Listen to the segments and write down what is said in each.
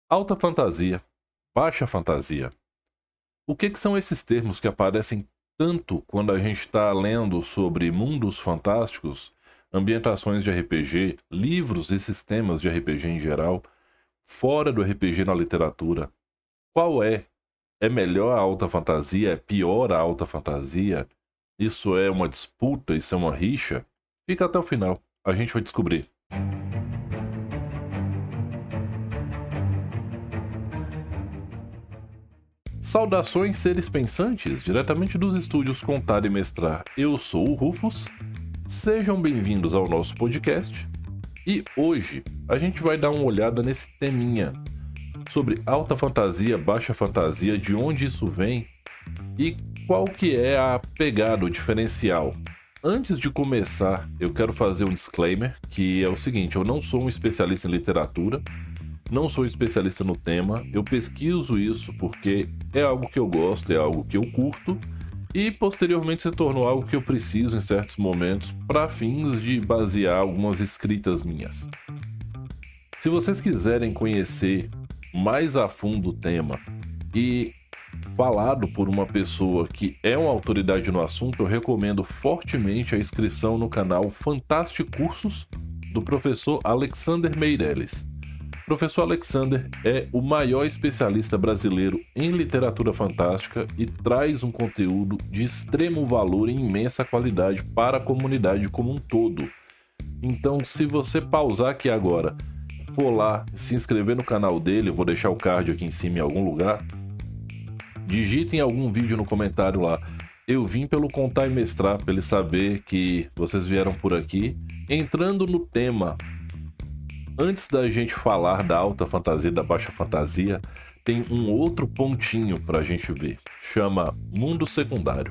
Alta fantasia, baixa fantasia. O que são esses termos que aparecem tanto quando a gente está lendo sobre mundos fantásticos, ambientações de RPG, livros e sistemas de RPG em geral, fora do RPG na literatura? Qual é? É melhor a alta fantasia? É pior a alta fantasia? Isso é uma disputa? Isso é uma rixa? Fica até o final, a gente vai descobrir. Saudações, seres pensantes, diretamente dos estúdios Contar e Mestrar. Eu sou o Rufus, sejam bem-vindos ao nosso podcast e hoje a gente vai dar uma olhada nesse teminha sobre alta fantasia, baixa fantasia, de onde isso vem e qual que é a pegada, o diferencial. Antes de começar, eu quero fazer um disclaimer, que é o seguinte: eu não sou um especialista em literatura, não sou especialista no tema, eu pesquiso isso porque é algo que eu gosto, é algo que eu curto e posteriormente se tornou algo que eu preciso em certos momentos para fins de basear algumas escritas minhas. Se vocês quiserem conhecer mais a fundo o tema e falado por uma pessoa que é uma autoridade no assunto, eu recomendo fortemente a inscrição no canal Fantástico Cursos do professor Alexander Meirelles. O professor Alexander é o maior especialista brasileiro em literatura fantástica e traz um conteúdo de extremo valor e imensa qualidade para a comunidade como um todo. Então, se você pausar aqui agora, for lá se inscrever no canal dele, eu vou deixar o card aqui em cima em algum lugar, digitem algum vídeo no comentário lá: eu vim pelo Contar e Mestrar, para ele saber que vocês vieram por aqui. Entrando no tema, antes da gente falar da alta fantasia e da baixa fantasia, tem um outro pontinho pra gente ver. Chama mundo secundário.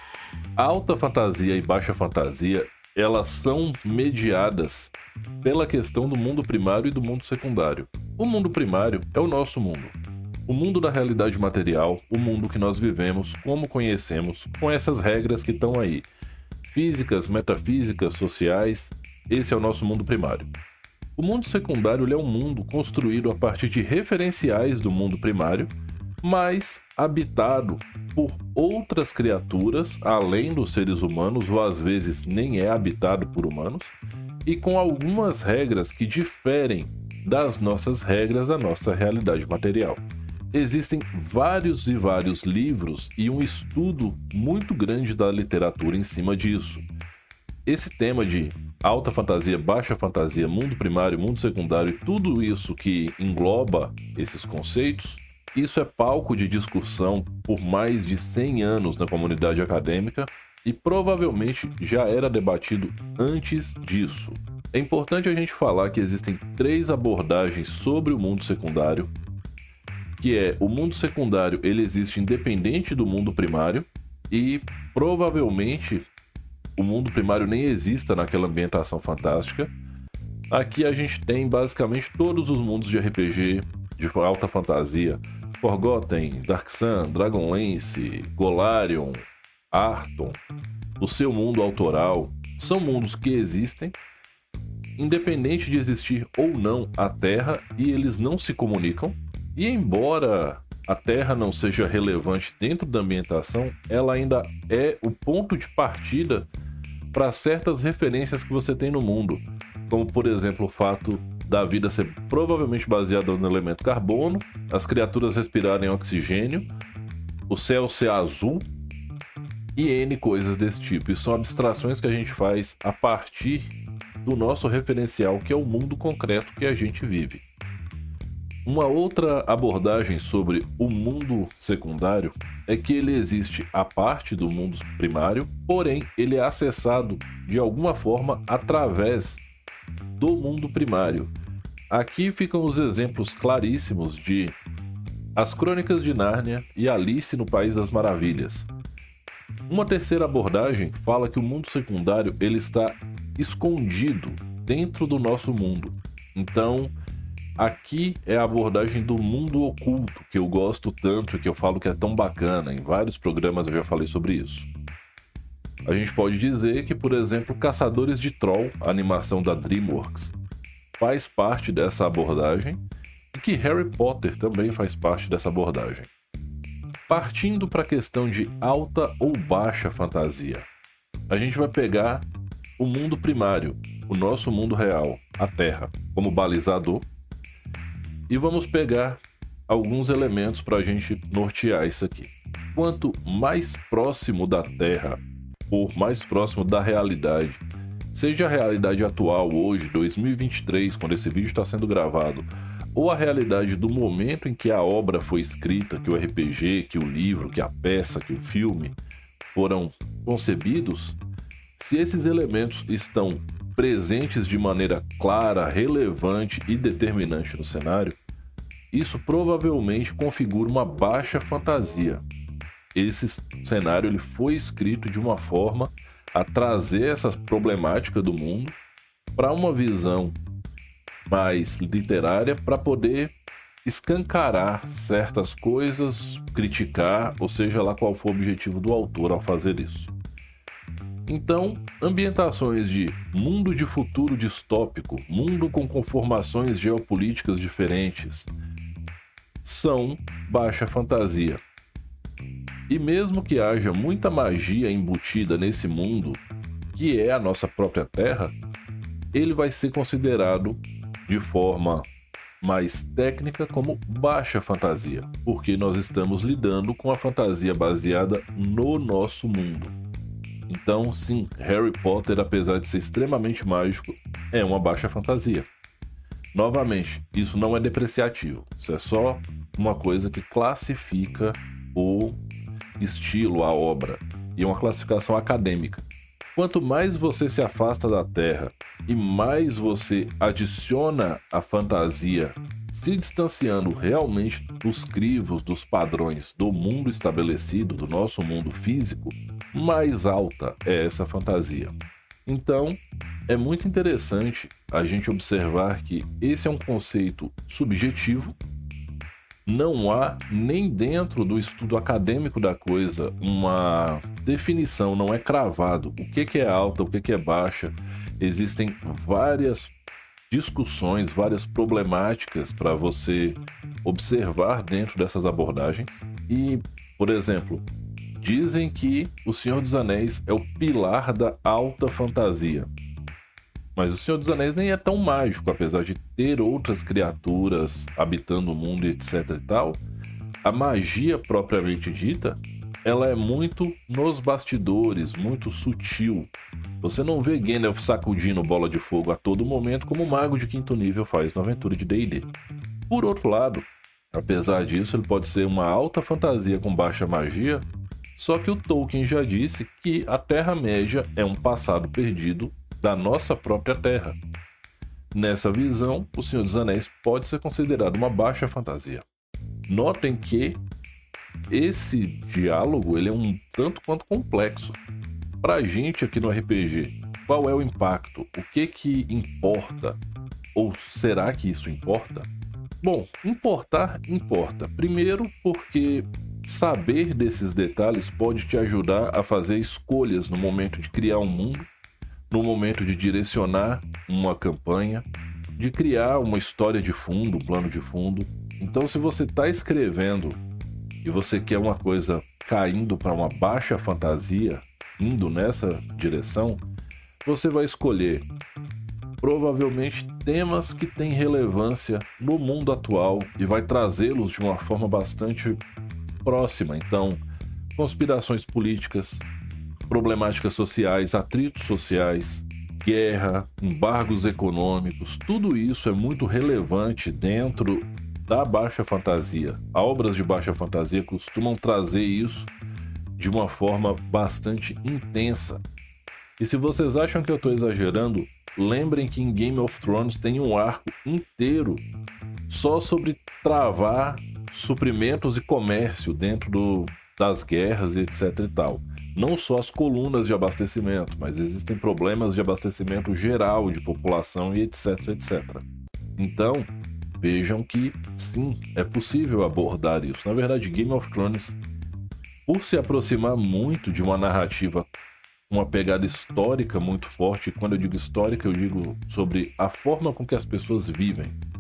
A alta fantasia e baixa fantasia, elas são mediadas pela questão do mundo primário e do mundo secundário. O mundo primário é o nosso mundo. O mundo da realidade material, o mundo que nós vivemos, como conhecemos, com essas regras que estão aí. Físicas, metafísicas, sociais, esse é o nosso mundo primário. O mundo secundário é um mundo construído a partir de referenciais do mundo primário, mas habitado por outras criaturas, além dos seres humanos, ou às vezes nem é habitado por humanos, e com algumas regras que diferem das nossas regras da nossa realidade material. Existem vários e vários livros e um estudo muito grande da literatura em cima disso. Esse tema de alta fantasia, baixa fantasia, mundo primário, mundo secundário e tudo isso que engloba esses conceitos, isso é palco de discussão por mais de 100 anos na comunidade acadêmica e provavelmente já era debatido antes disso. É importante a gente falar que existem 3 abordagens sobre o mundo secundário, que é: o mundo secundário ele existe independente do mundo primário e provavelmente o mundo primário nem exista naquela ambientação fantástica. Aqui a gente tem basicamente todos os mundos de RPG de alta fantasia: Forgotten, Dark Sun, Dragonlance, Golarion, Arton, o seu mundo autoral. São mundos que existem, independente de existir ou não a Terra, e eles não se comunicam. E embora a Terra não seja relevante dentro da ambientação, ela ainda é o ponto de partida para certas referências que você tem no mundo, como por exemplo o fato da vida ser provavelmente baseada no elemento carbono, as criaturas respirarem oxigênio, o céu ser azul e N coisas desse tipo. E são abstrações que a gente faz a partir do nosso referencial, que é o mundo concreto que a gente vive. Uma outra abordagem sobre o mundo secundário é que ele existe a parte do mundo primário, porém ele é acessado de alguma forma através do mundo primário. Aqui ficam os exemplos claríssimos de As Crônicas de Nárnia e Alice no País das Maravilhas. Uma terceira abordagem fala que o mundo secundário ele está escondido dentro do nosso mundo. Então, aqui é a abordagem do mundo oculto, que eu gosto tanto e que eu falo que é tão bacana. Em vários programas eu já falei sobre isso. A gente pode dizer que, por exemplo, Caçadores de Troll, a animação da DreamWorks, faz parte dessa abordagem e que Harry Potter também faz parte dessa abordagem. Partindo para a questão de alta ou baixa fantasia, a gente vai pegar o mundo primário, o nosso mundo real, a Terra, como balizador, e vamos pegar alguns elementos para a gente nortear isso aqui. Quanto mais próximo da Terra, ou mais próximo da realidade, seja a realidade atual, hoje, 2023, quando esse vídeo está sendo gravado, ou a realidade do momento em que a obra foi escrita, que o RPG, que o livro, que a peça, que o filme foram concebidos, se esses elementos estão presentes de maneira clara, relevante e determinante no cenário, isso provavelmente configura uma baixa fantasia. Esse cenário ele foi escrito de uma forma a trazer essa problemática do mundo para uma visão mais literária, para poder escancarar certas coisas, criticar, ou seja lá qual for o objetivo do autor ao fazer isso. Então, ambientações de mundo de futuro distópico, mundo com conformações geopolíticas diferentes, são baixa fantasia. E mesmo que haja muita magia embutida nesse mundo, que é a nossa própria Terra, ele vai ser considerado de forma mais técnica como baixa fantasia, porque nós estamos lidando com a fantasia baseada no nosso mundo. Então, sim, Harry Potter, apesar de ser extremamente mágico, é uma baixa fantasia. Novamente, isso não é depreciativo, isso é só uma coisa que classifica o estilo, a obra, e é uma classificação acadêmica. Quanto mais você se afasta da Terra e mais você adiciona a fantasia, se distanciando realmente dos crivos, dos padrões do mundo estabelecido, do nosso mundo físico, mais alta é essa fantasia. Então, é muito interessante a gente observar que esse é um conceito subjetivo. Não há nem dentro do estudo acadêmico da coisa uma definição, não é cravado o que é alta, o que é baixa. Existem várias discussões, várias problemáticas para você observar dentro dessas abordagens. E, por exemplo, dizem que O Senhor dos Anéis é o pilar da alta fantasia. Mas O Senhor dos Anéis nem é tão mágico, apesar de ter outras criaturas habitando o mundo, etc e tal. A magia propriamente dita, ela é muito nos bastidores, muito sutil. Você não vê Gandalf sacudindo bola de fogo a todo momento como o mago de quinto nível faz na aventura de D&D. Por outro lado, apesar disso, ele pode ser uma alta fantasia com baixa magia, só que o Tolkien já disse que a Terra-média é um passado perdido da nossa própria Terra. Nessa visão, O Senhor dos Anéis pode ser considerado uma baixa fantasia. Notem que esse diálogo ele é um tanto quanto complexo. Pra gente aqui no RPG, qual é o impacto? O que importa? Ou será que isso importa? Bom, importar importa. Primeiro porque saber desses detalhes pode te ajudar a fazer escolhas no momento de criar um mundo, no momento de direcionar uma campanha, de criar uma história de fundo, um plano de fundo. Então, se você está escrevendo e você quer uma coisa caindo para uma baixa fantasia, indo nessa direção, você vai escolher provavelmente temas que têm relevância no mundo atual e vai trazê-los de uma forma bastante próxima. Então, conspirações políticas, problemáticas sociais, atritos sociais, guerra, embargos econômicos, tudo isso é muito relevante dentro da baixa fantasia. Obras de baixa fantasia costumam trazer isso de uma forma bastante intensa. E se vocês acham que eu estou exagerando, lembrem que em Game of Thrones tem um arco inteiro só sobre travar suprimentos e comércio dentro das guerras e etc e tal. Não só as colunas de abastecimento, mas existem problemas de abastecimento geral de população e etc, etc. Então, vejam que sim, é possível abordar isso. Na verdade, Game of Thrones, por se aproximar muito de uma narrativa, uma pegada histórica muito forte, quando eu digo histórica, eu digo sobre a forma com que as pessoas vivem.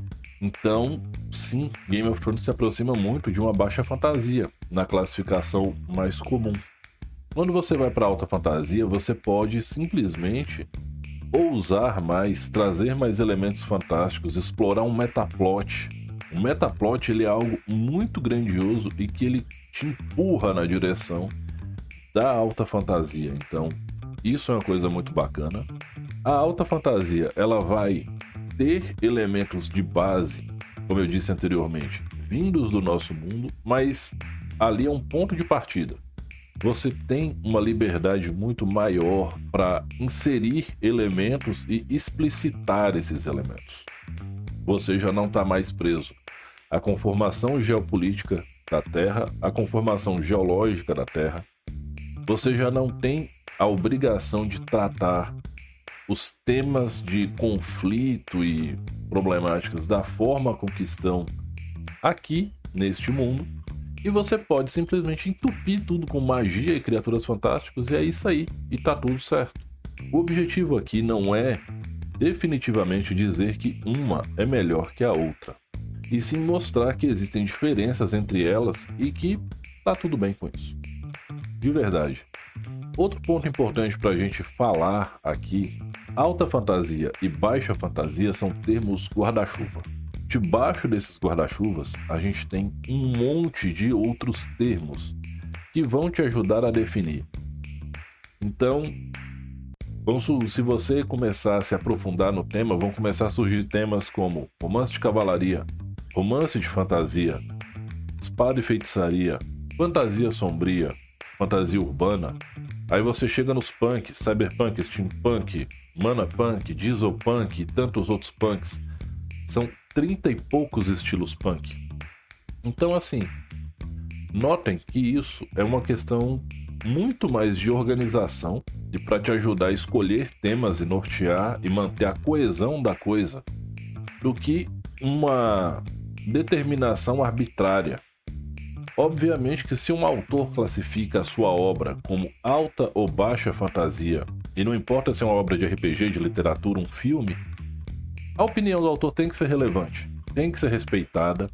Então, sim, Game of Thrones se aproxima muito de uma baixa fantasia na classificação mais comum. Quando você vai para alta fantasia, você pode simplesmente ousar mais, trazer mais elementos fantásticos, explorar um metaplot. O metaplot ele é algo muito grandioso e que ele te empurra na direção da alta fantasia. Então, isso é uma coisa muito bacana. A alta fantasia, ela vai ter elementos de base, como eu disse anteriormente, vindos do nosso mundo, mas ali é um ponto de partida. Você tem uma liberdade muito maior para inserir elementos e explicitar esses elementos. Você já não está mais preso à conformação geopolítica da Terra, à conformação geológica da Terra. Você já não tem a obrigação de tratar os temas de conflito e problemáticas da forma com que estão aqui neste mundo, e você pode simplesmente entupir tudo com magia e criaturas fantásticas, e é isso aí, e tá tudo certo. O objetivo aqui não é definitivamente dizer que uma é melhor que a outra, e sim mostrar que existem diferenças entre elas e que tá tudo bem com isso. De verdade. Outro ponto importante para a gente falar aqui: alta fantasia e baixa fantasia são termos guarda-chuva. Debaixo desses guarda-chuvas, a gente tem um monte de outros termos que vão te ajudar a definir. Então, se você começar a se aprofundar no tema, vão começar a surgir temas como romance de cavalaria, romance de fantasia, espada e feitiçaria, fantasia sombria, fantasia urbana. Aí você chega nos punks, cyberpunk, steampunk, manapunk, dieselpunk e tantos outros punks. São 30 e poucos estilos punk. Então, assim, notem que isso é uma questão muito mais de organização e para te ajudar a escolher temas e nortear e manter a coesão da coisa, do que uma determinação arbitrária. Obviamente que se um autor classifica a sua obra como alta ou baixa fantasia, e não importa se é uma obra de RPG, de literatura, um filme, a opinião do autor tem que ser relevante, tem que ser respeitada.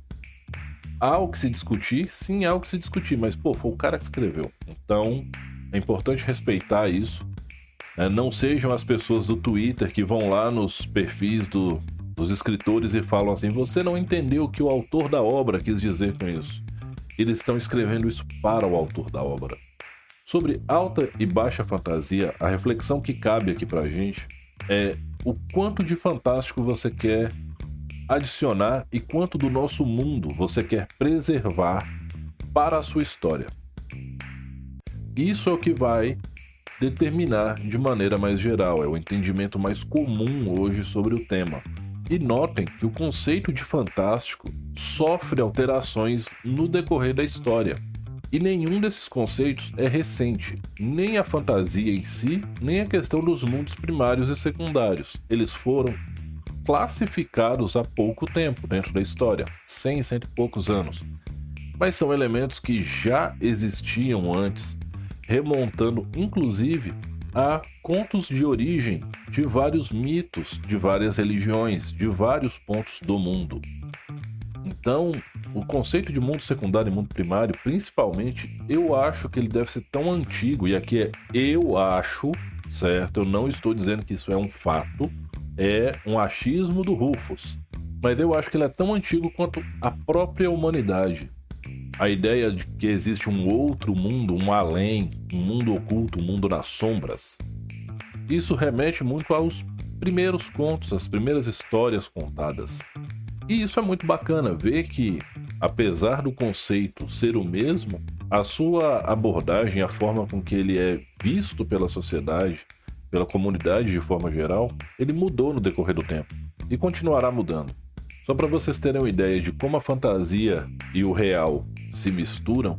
Há o que se discutir, sim, há o que se discutir, mas foi o cara que escreveu. Então, é importante respeitar isso. Não sejam as pessoas do Twitter que vão lá nos perfis dos escritores e falam assim: você não entendeu o que o autor da obra quis dizer com isso. Eles estão escrevendo isso para o autor da obra. Sobre alta e baixa fantasia, a reflexão que cabe aqui pra gente é o quanto de fantástico você quer adicionar e quanto do nosso mundo você quer preservar para a sua história. Isso é o que vai determinar de maneira mais geral, é o entendimento mais comum hoje sobre o tema. E notem que o conceito de fantástico sofre alterações no decorrer da história. E nenhum desses conceitos é recente, nem a fantasia em si, nem a questão dos mundos primários e secundários. Eles foram classificados há pouco tempo dentro da história, 100 e poucos anos. Mas são elementos que já existiam antes, remontando inclusive a contos de origem de vários mitos, de várias religiões, de vários pontos do mundo. Então, o conceito de mundo secundário e mundo primário, principalmente, eu acho que ele deve ser tão antigo, e aqui é eu acho, certo? Eu não estou dizendo que isso é um fato, é um achismo do Rufus, mas eu acho que ele é tão antigo quanto a própria humanidade. A ideia de que existe um outro mundo, um além, um mundo oculto, um mundo nas sombras. Isso remete muito aos primeiros contos, às primeiras histórias contadas. E isso é muito bacana, ver que, apesar do conceito ser o mesmo, a sua abordagem, a forma com que ele é visto pela sociedade, pela comunidade de forma geral, ele mudou no decorrer do tempo e continuará mudando. Só para vocês terem uma ideia de como a fantasia e o real se misturam,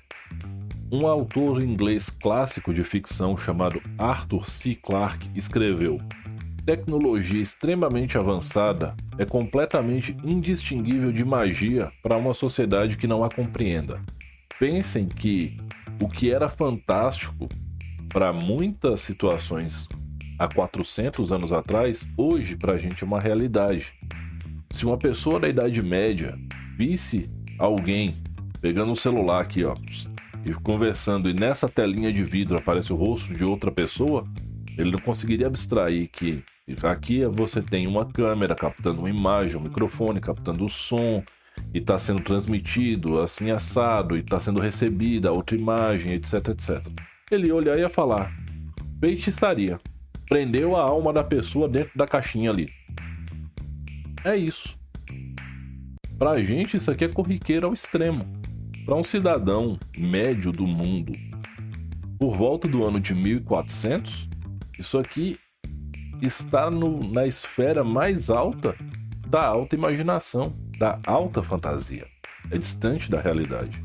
um autor inglês clássico de ficção chamado Arthur C. Clarke escreveu: tecnologia extremamente avançada é completamente indistinguível de magia para uma sociedade que não a compreenda. Pensem que o que era fantástico para muitas situações há 400 anos atrás, hoje para a gente é uma realidade. Se uma pessoa da Idade Média visse alguém pegando um celular aqui, ó, e conversando, e nessa telinha de vidro aparece o rosto de outra pessoa, ele não conseguiria abstrair que aqui você tem uma câmera captando uma imagem, um microfone captando o som, e está sendo transmitido assim assado, e está sendo recebida outra imagem, etc, etc. Ele ia olhar e ia falar: feitiçaria. Prendeu a alma da pessoa dentro da caixinha ali. É isso. Pra gente, isso aqui é corriqueiro ao extremo. Para um cidadão médio do mundo, por volta do ano de 1400, isso aqui está na esfera mais alta da alta imaginação, da alta fantasia. É distante da realidade.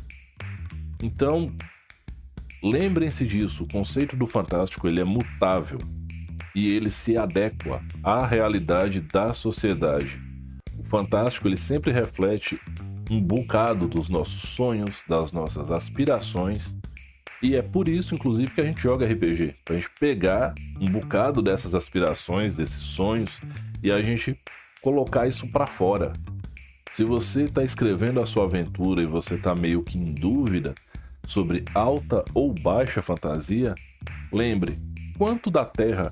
Então, lembrem-se disso, o conceito do fantástico ele é mutável e ele se adequa à realidade da sociedade. O fantástico ele sempre reflete um bocado dos nossos sonhos, das nossas aspirações, e é por isso, inclusive, que a gente joga RPG, pra gente pegar um bocado dessas aspirações, desses sonhos, e a gente colocar isso pra fora. Se você está escrevendo a sua aventura e você está meio que em dúvida sobre alta ou baixa fantasia, lembre, quanto da terra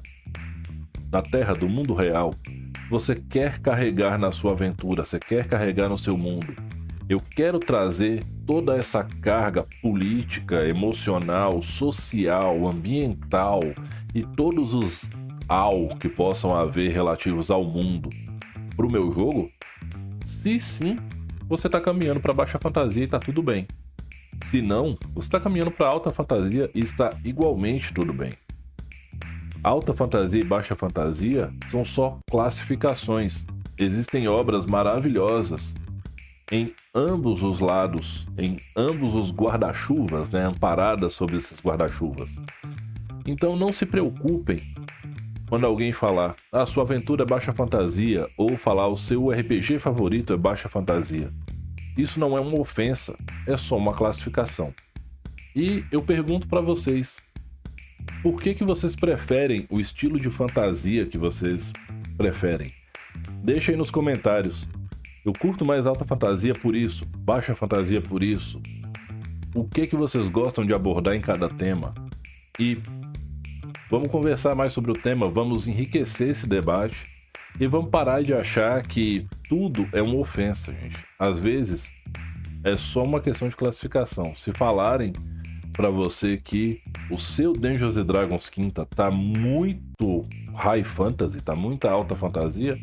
do mundo real, você quer carregar na sua aventura, você quer carregar no seu mundo. Eu quero trazer toda essa carga política, emocional, social, ambiental e todos os que possam haver relativos ao mundo para o meu jogo. Se sim, você está caminhando para baixa fantasia e está tudo bem. Se não, você está caminhando para alta fantasia e está igualmente tudo bem. Alta fantasia e baixa fantasia são só classificações. Existem obras maravilhosas em ambos os lados, em ambos os guarda-chuvas, né, amparadas sob esses guarda-chuvas. Então não se preocupem quando alguém falar a sua aventura é baixa fantasia ou falar o seu RPG favorito é baixa fantasia. Isso não é uma ofensa, é só uma classificação. E eu pergunto para vocês, por que vocês preferem o estilo de fantasia que vocês preferem? Deixa aí nos comentários. Eu curto mais alta fantasia por isso, baixa fantasia por isso. O que vocês gostam de abordar em cada tema? E vamos conversar mais sobre o tema, vamos enriquecer esse debate e vamos parar de achar que tudo é uma ofensa, gente. Às vezes é só uma questão de classificação. Se falarem para você que o seu Dungeons & Dragons quinta tá muito high fantasy, tá muita alta fantasia,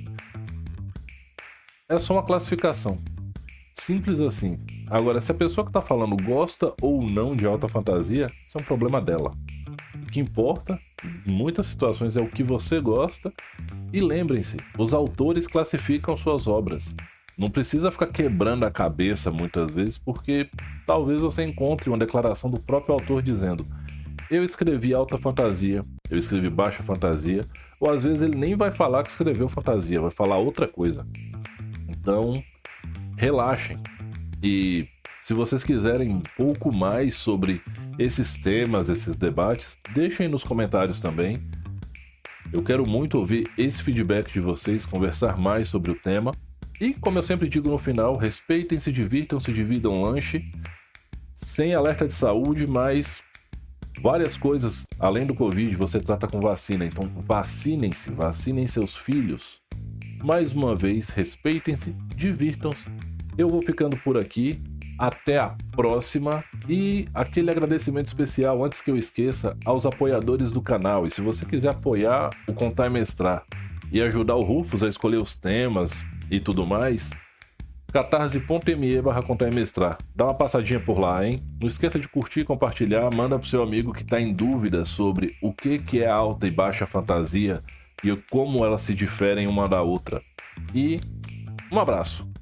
é só uma classificação. Simples assim. Agora, se a pessoa que tá falando gosta ou não de alta fantasia, isso é um problema dela. O que importa, em muitas situações, é o que você gosta. E lembrem-se, os autores classificam suas obras. Não precisa ficar quebrando a cabeça muitas vezes, porque talvez você encontre uma declaração do próprio autor dizendo: eu escrevi alta fantasia, eu escrevi baixa fantasia, ou às vezes ele nem vai falar que escreveu fantasia, vai falar outra coisa. Então, relaxem. E se vocês quiserem um pouco mais sobre esses temas, esses debates, deixem nos comentários também. Eu quero muito ouvir esse feedback de vocês, conversar mais sobre o tema. E, como eu sempre digo no final, respeitem, se divirtam, se dividam lanche, sem alerta de saúde, mas várias coisas, além do Covid, você trata com vacina. Então, vacinem-se, vacinem seus filhos. Mais uma vez, respeitem-se, divirtam-se. Eu vou ficando por aqui. Até a próxima. E aquele agradecimento especial, antes que eu esqueça, aos apoiadores do canal. E se você quiser apoiar o Contar e Mestrar e ajudar o Rufus a escolher os temas e tudo mais, catarse.me/Contar e Mestrar. Dá uma passadinha por lá, hein? Não esqueça de curtir, compartilhar, manda pro seu amigo que tá em dúvida sobre o que é alta e baixa fantasia e como elas se diferem uma da outra. E um abraço.